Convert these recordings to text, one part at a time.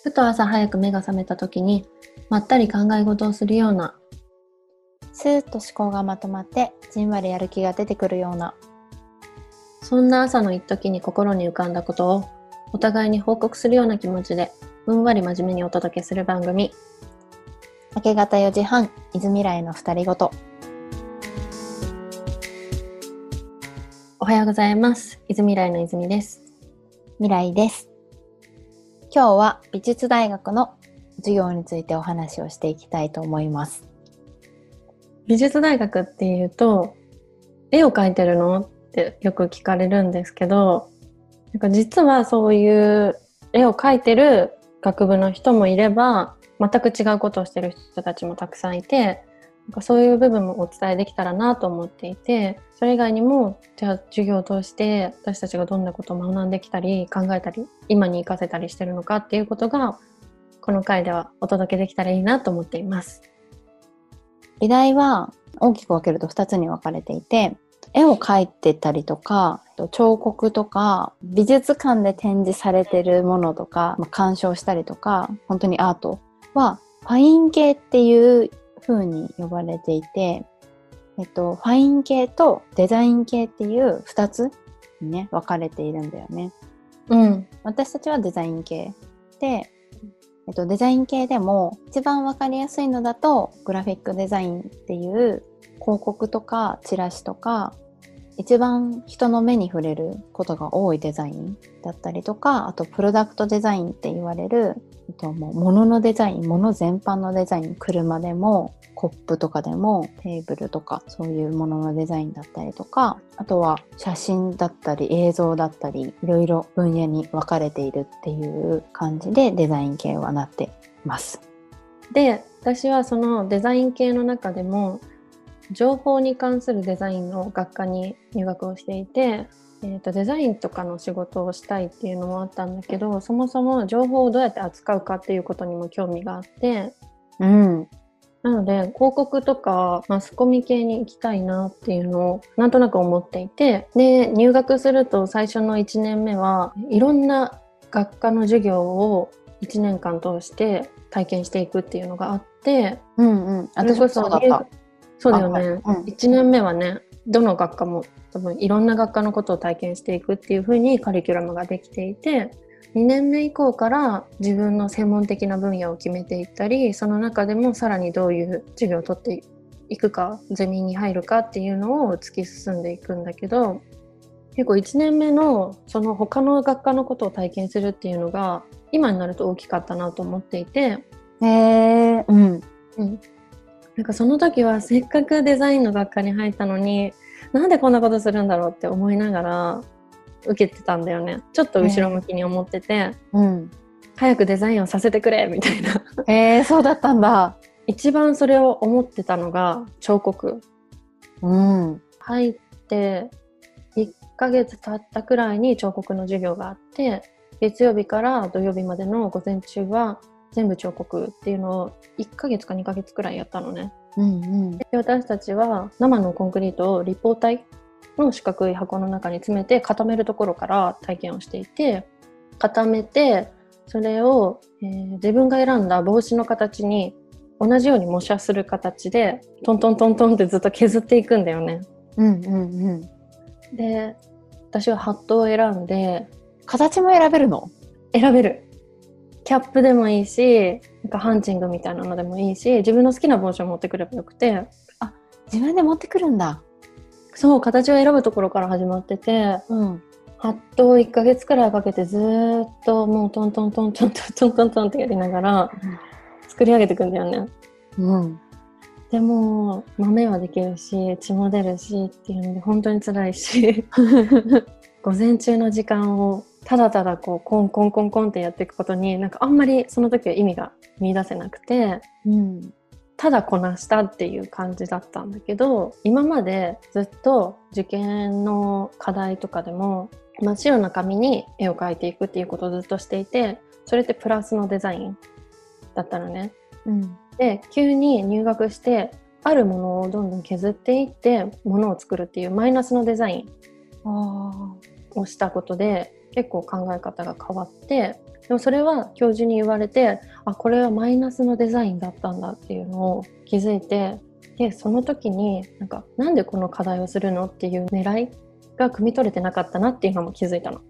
ふと朝早く目が覚めた時にまったり考え事をするような、 スーッと思考がまとまってじんわりやる気が出てくるような、 そんな朝の一時に心に浮かんだことをお互いに報告するような気持ちでふんわり真面目にお届けする番組。 明け方4時半、泉来の二人ごと。 おはようございます。泉来の泉です。 未来です。今日は美術大学の授業についてお話をしていきたいと思います。 美術大学っていうと、絵を描いてるのってよく聞かれるんですけど、なんか実はそういう絵を描いてる学部の人もいれば、全く違うことをしてる人たちもたくさんいて、なんかそういう部分もお伝えできたらなと思っていて、それ以外にもじゃあ授業を通して私たちがどんなことを学んできたり考えたり今に活かせたりしてるのかっていうことがこの回ではお届けできたらいいなと思っています。 美大は大きく分けると2つに分かれていて、絵を描いてたりとか、彫刻とか美術館で展示されてるものとか、鑑賞したりとか、本当にアートはファイン系っていう風に呼ばれていて、ファイン系とデザイン系っていう2つにね分かれているんだよね。私たちはデザイン系で、デザイン系でも一番分かりやすいのだとグラフィックデザインっていう広告とかチラシとか一番人の目に触れることが多いデザインだったりとか、あとプロダクトデザインって言われるもう物のデザイン、物全般のデザイン、車でもコップとかでもテーブルとかそういうもののデザインだったりとか、あとは写真だったり映像だったりいろいろ分野に分かれているっていう感じでデザイン系はなってます。 で、私はそのデザイン系の中でも情報に関するデザインの学科に入学をしていて、デザインとかの仕事をしたいっていうのもあったんだけど、そもそも情報をどうやって扱うかっていうことにも興味があって、なので広告とかマスコミ系に行きたいなっていうのをなんとなく思っていて、で入学すると最初の1年目はいろんな学科の授業を1年間通して体験していくっていうのがあって、 私もそうだった。 そうだよね、1年目はね、どの学科も多分いろんな学科のことを体験していくっていう風にカリキュラムができていて、2年目以降から自分の専門的な分野を決めていったり、その中でもさらにどういう授業を取っていくか、ゼミに入るかっていうのを突き進んでいくんだけど、結構1年目のその他の学科のことを体験するっていうのが今になると大きかったなと思っていて、なんかその時はせっかくデザインの学科に入ったのになんでこんなことするんだろうって思いながら受けてたんだよね。ちょっと後ろ向きに思ってて、早くデザインをさせてくれみたいな。 そうだったんだ。 一番それを思ってたのが彫刻。入って1ヶ月経ったくらいに彫刻の授業があって、月曜日から土曜日までの午前中は全部彫刻っていうのを1ヶ月か2ヶ月くらいやったのね。で私たちは生のコンクリートを立方体の四角い箱の中に詰めて固めるところから体験をしていて、固めてそれを、自分が選んだ帽子の形に同じように模写する形でトントントントンってずっと削っていくんだよね。で、私はハットを選んで。 形も選べるの？ 選べる。キャップでもいいし、なんかハンチングみたいなのでもいいし、自分の好きな帽子を持ってくればよくて。 自分で持ってくるんだ。 そう、形を選ぶところから始まってて、ハットを1ヶ月くらいかけてずっともうトントントントントントントントンってやりながら作り上げていくんだよね。でも豆はできるし血も出るしっていうので本当に辛いし午前中の時間をただただこうコンコンコンコンってやっていくことになんかあんまりその時は意味が見出せなくて、ただこなしたっていう感じだったんだけど、今までずっと受験の課題とかでも真っ白な紙に絵を描いていくっていうことをずっとしていて、それってプラスのデザインだったのね。で、急に入学してあるものをどんどん削っていってものを作るっていうマイナスのデザインをしたことで結構考え方が変わって、 でもそれは教授に言われて、あ、これはマイナスのデザインだったんだっていうのを気づいて、でその時になんでこの課題をするのっていう狙いが汲み取れてなかったなっていうのも気づいたの。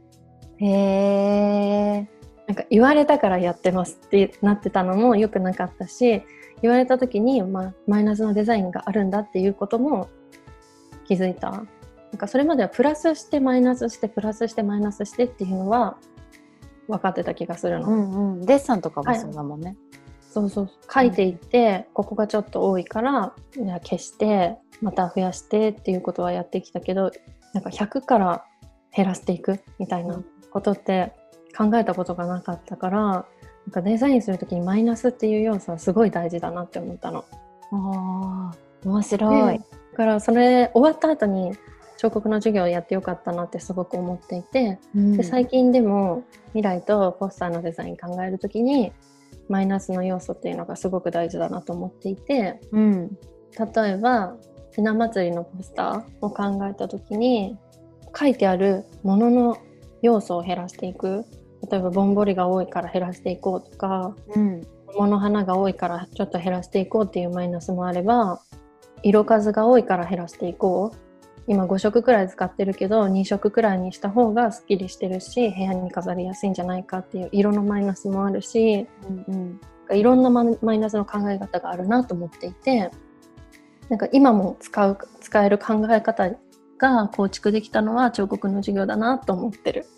へー。 言われたからやってますってなってたのも良くなかったし、言われた時に、マイナスのデザインがあるんだっていうことも気づいた。それまではプラスしてマイナスしてプラスしてマイナスしてっていうのは分かってた気がするの。 デッサンとかもそうだもんね。はい、 そう書いていって、ここがちょっと多いから消してまた増やしてっていうことはやってきたけど、100から減らしていくみたいなことって考えたことがなかったから、デザインするときにマイナスっていう要素はすごい大事だなって思ったの。 あー、面白い。 だからそれ終わった後に彫刻の授業をやってよかったなってすごく思っていて、で最近でも未来とポスターのデザイン考えるときにマイナスの要素っていうのがすごく大事だなと思っていて、例えばひな祭りのポスターを考えたときに書いてあるものの要素を減らしていく。例えばぼんぼりが多いから減らしていこうとか、桃の花が多いからちょっと減らしていこうっていうマイナスもあれば、色数が多いから減らしていこう、今5色くらい使ってるけど2色くらいにした方がすっきりしてるし部屋に飾りやすいんじゃないかっていう色のマイナスもあるし、いろんなマイナスの考え方があるなと思っていて、今も使える考え方が構築できたのは彫刻の授業だなと思ってる。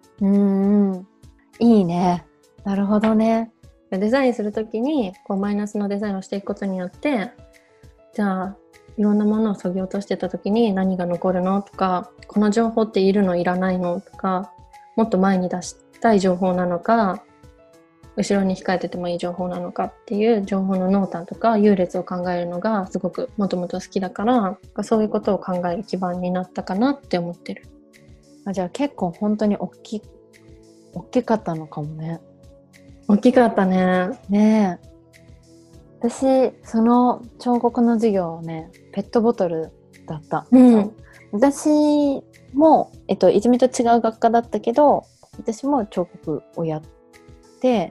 いいね。なるほどね。 デザインするときにマイナスのデザインをしていくことによって、じゃあいろんなものを削ぎ落としてたときに何が残るのとか、この情報っているのいらないのとか、もっと前に出したい情報なのか後ろに控えててもいい情報なのかっていう情報の濃淡とか優劣を考えるのがすごくもともと好きだから、そういうことを考える基盤になったかなって思ってる。 じゃあ結構本当に大きかったのかもね。 大きかったね。 ねえ。私その彫刻の授業はね、ペットボトルだった。私も泉と違う学科だったけど、私も彫刻をやって、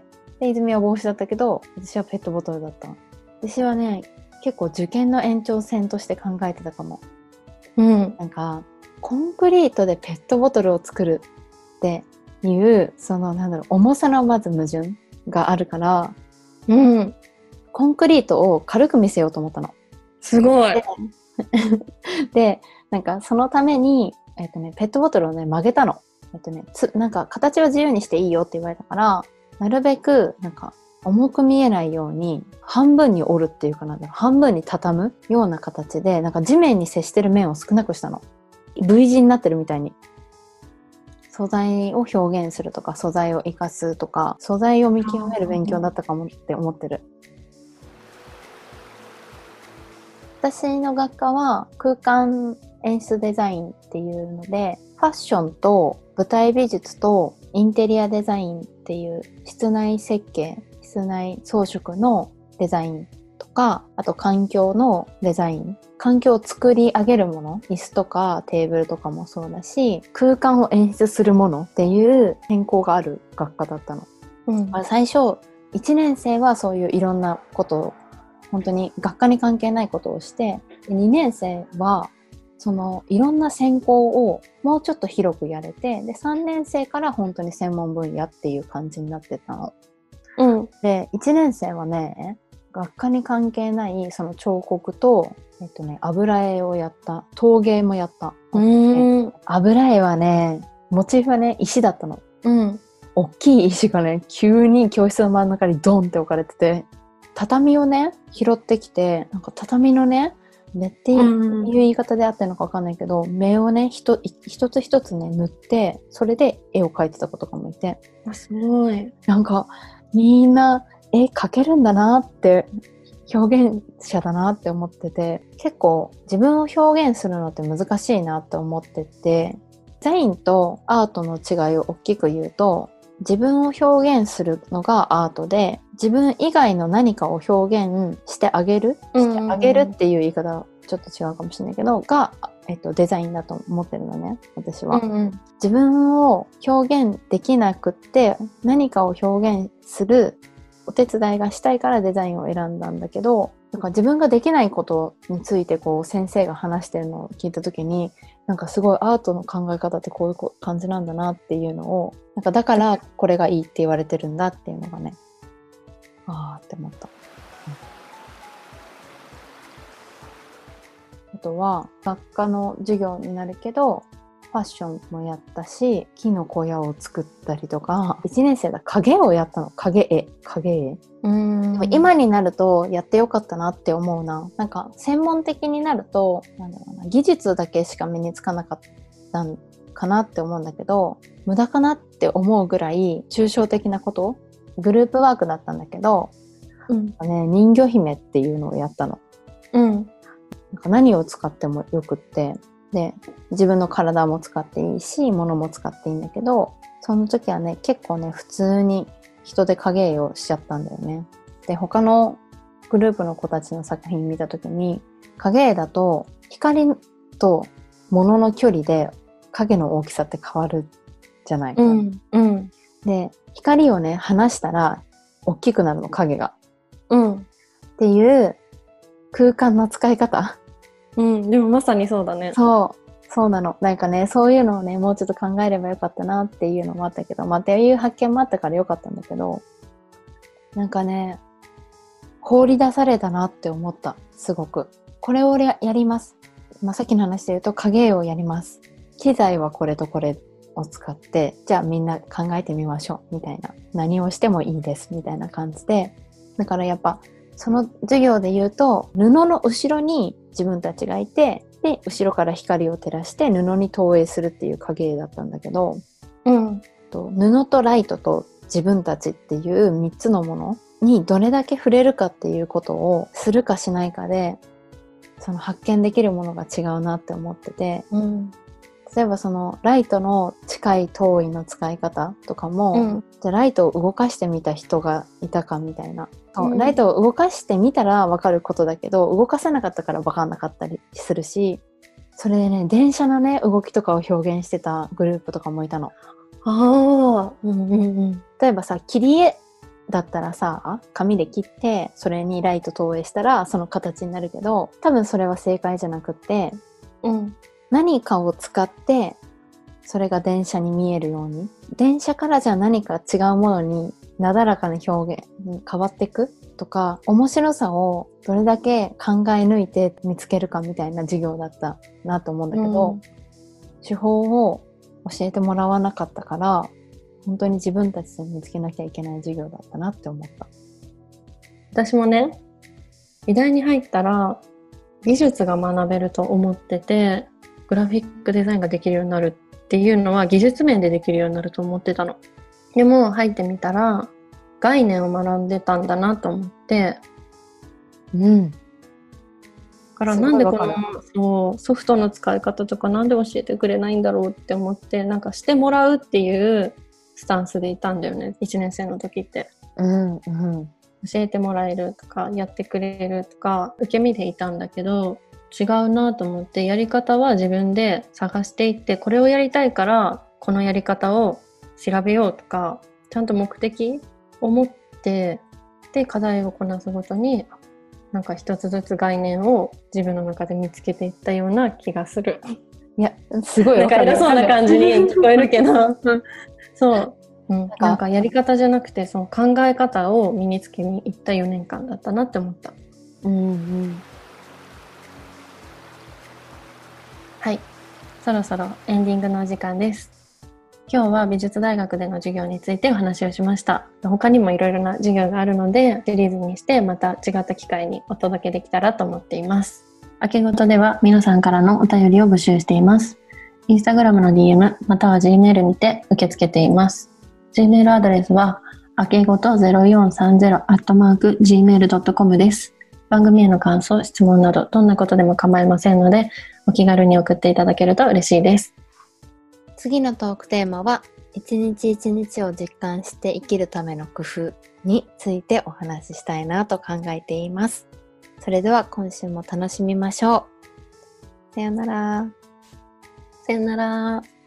で泉は帽子だったけど私はペットボトルだった。私はね、結構受験の延長線として考えてたかも。コンクリートでペットボトルを作るっていう重さのまず矛盾があるから、コンクリートを軽く見せようと思ったの。 すごい。 でそのために、ペットボトルをね曲げたの。形は自由にしていいよって言われたから、なるべく重く見えないように半分に折るっていうかな、半分に畳むような形で地面に接してる面を少なくしたの。V 字になってるみたいに。素材を表現するとか、素材を生かすとか、素材を見極める勉強だったかもって思ってる。私の学科は空間演出デザインっていうので、ファッションと舞台美術とインテリアデザインっていう室内設計、室内装飾のデザインとか、あと環境のデザイン、環境を作り上げるもの、椅子とかテーブルとかもそうだし、空間を演出するものっていう専攻がある学科だったの。最初1年生はそういういろんなことを、本当に学科に関係ないことをして、2年生はいろんな専攻をもうちょっと広くやれて、で3年生から本当に専門分野っていう感じになってたの。で1年生はね、学科に関係ない彫刻と油絵をやった、陶芸もやった。油絵はね、モチーフはね石だったの。大きい石がね急に教室の真ん中にドンって置かれてて、畳をね拾ってきて、畳のね目っていう言い方であってるのか分かんないけど、目をね一つ一つね塗って、それで絵を描いてた子とかもいて、 すごい。 みんな絵描けるんだなって、表現者だなって思ってて、結構自分を表現するのって難しいなって思ってて、デザインとアートの違いを大きく言うと、自分を表現するのがアートで、自分以外の何かを表現してあげるっていう言い方はちょっと違うかもしれないけど、がデザインだと思ってるのね、私は。 うんうん、 自分を表現できなくって何かを表現するお手伝いがしたいからデザインを選んだんだけど、なんか自分ができないことについてこう先生が話してるのを聞いた時に、なんかすごいアートの考え方ってこういう感じなんだなっていうのを、なんかだからこれがいいって言われてるんだっていうのがね、あーって思った。あとは学科の授業になるけどファッションもやったし、木の小屋を作ったりとか、1年生だ影をやったの。影絵。でも今になるとやってよかったなって思うな。なんか専門的になるとなんだろうな、技術だけしか身につかなかったんかなって思うんだけど、無駄かなって思うぐらい抽象的なこと、グループワークだったんだけど、人魚姫っていうのをやったの。なんか何を使ってもよくって、で自分の体も使っていいし物も使っていいんだけど、その時はね結構ね普通に人で影絵をしちゃったんだよね。で他のグループの子たちの作品見た時に、影絵だと光と物の距離で影の大きさって変わるじゃないか、で光をね離したら大きくなるの、影が、っていう空間の使い方。 でもまさにそうだね。 そうなの。なんかね、そういうのをね、もうちょっと考えればよかったなっていうのもあったけど、っていう発見もあったからよかったんだけど、なんかね、放り出されたなって思った。すごく。これをやります。さっきの話で言うと、影絵をやります。機材はこれとこれを使って、じゃあみんな考えてみましょう。みたいな。何をしてもいいです。みたいな感じで。だからやっぱ、その授業で言うと、布の後ろに自分たちがいて、で後ろから光を照らして布に投影するっていう影絵だったんだけど、布とライトと自分たちっていう3つのものにどれだけ触れるかっていうことをするかしないかで、その発見できるものが違うなって思ってて、例えばそのライトの近い遠いの使い方とかも、じゃあライトを動かしてみた人がいたかみたいな、ライトを動かしてみたら分かることだけど、動かせなかったから分かんなかったりするし、それでね、電車のね動きとかを表現してたグループとかもいたの。例えばさ、切り絵だったらさ、紙で切ってそれにライト投影したらその形になるけど、多分それは正解じゃなくって、何かを使ってそれが電車に見えるように、電車からじゃあ何か違うものになだらかな表現に変わっていくとか、面白さをどれだけ考え抜いて見つけるかみたいな授業だったなと思うんだけど、手法を教えてもらわなかったから、本当に自分たちで見つけなきゃいけない授業だったなって思った。 私もね、美大に入ったら技術が学べると思ってて、グラフィックデザインができるようになるっていうのは技術面でできるようになると思ってたの。でも入ってみたら概念を学んでたんだなと思って、だからなんでこのソフトの使い方とかなんで教えてくれないんだろうって思って、なんかしてもらうっていうスタンスでいたんだよね、1年生の時って。教えてもらえるとかやってくれるとか受け身でいたんだけど、違うなと思って、やり方は自分で探していって、これをやりたいからこのやり方を調べようとか、ちゃんと目的を持って、で課題をこなすごとになんか一つずつ概念を自分の中で見つけていったような気がする。 いや、すごいなんか偉そうな感じに聞こえるけどそう、なんかやり方じゃなくてその考え方を身につけに行った4年間だったなって思った。はい、そろそろエンディングのお時間です。今日は美術大学での授業についてお話をしました。他にもいろいろな授業があるので、シリーズにしてまた違った機会にお届けできたらと思っています。明けごとでは皆さんからのお便りを募集しています。インスタグラムの DM または Gmail にて受け付けています。Gmail アドレスはあけごと0430@gmail.com です。番組への感想、質問などどんなことでも構いませんので、お気軽に送っていただけると嬉しいです。 次のトークテーマは、一日一日を実感して生きるための工夫についてお話ししたいなと考えています。それでは今週も楽しみましょう。 さよなら。 さよなら。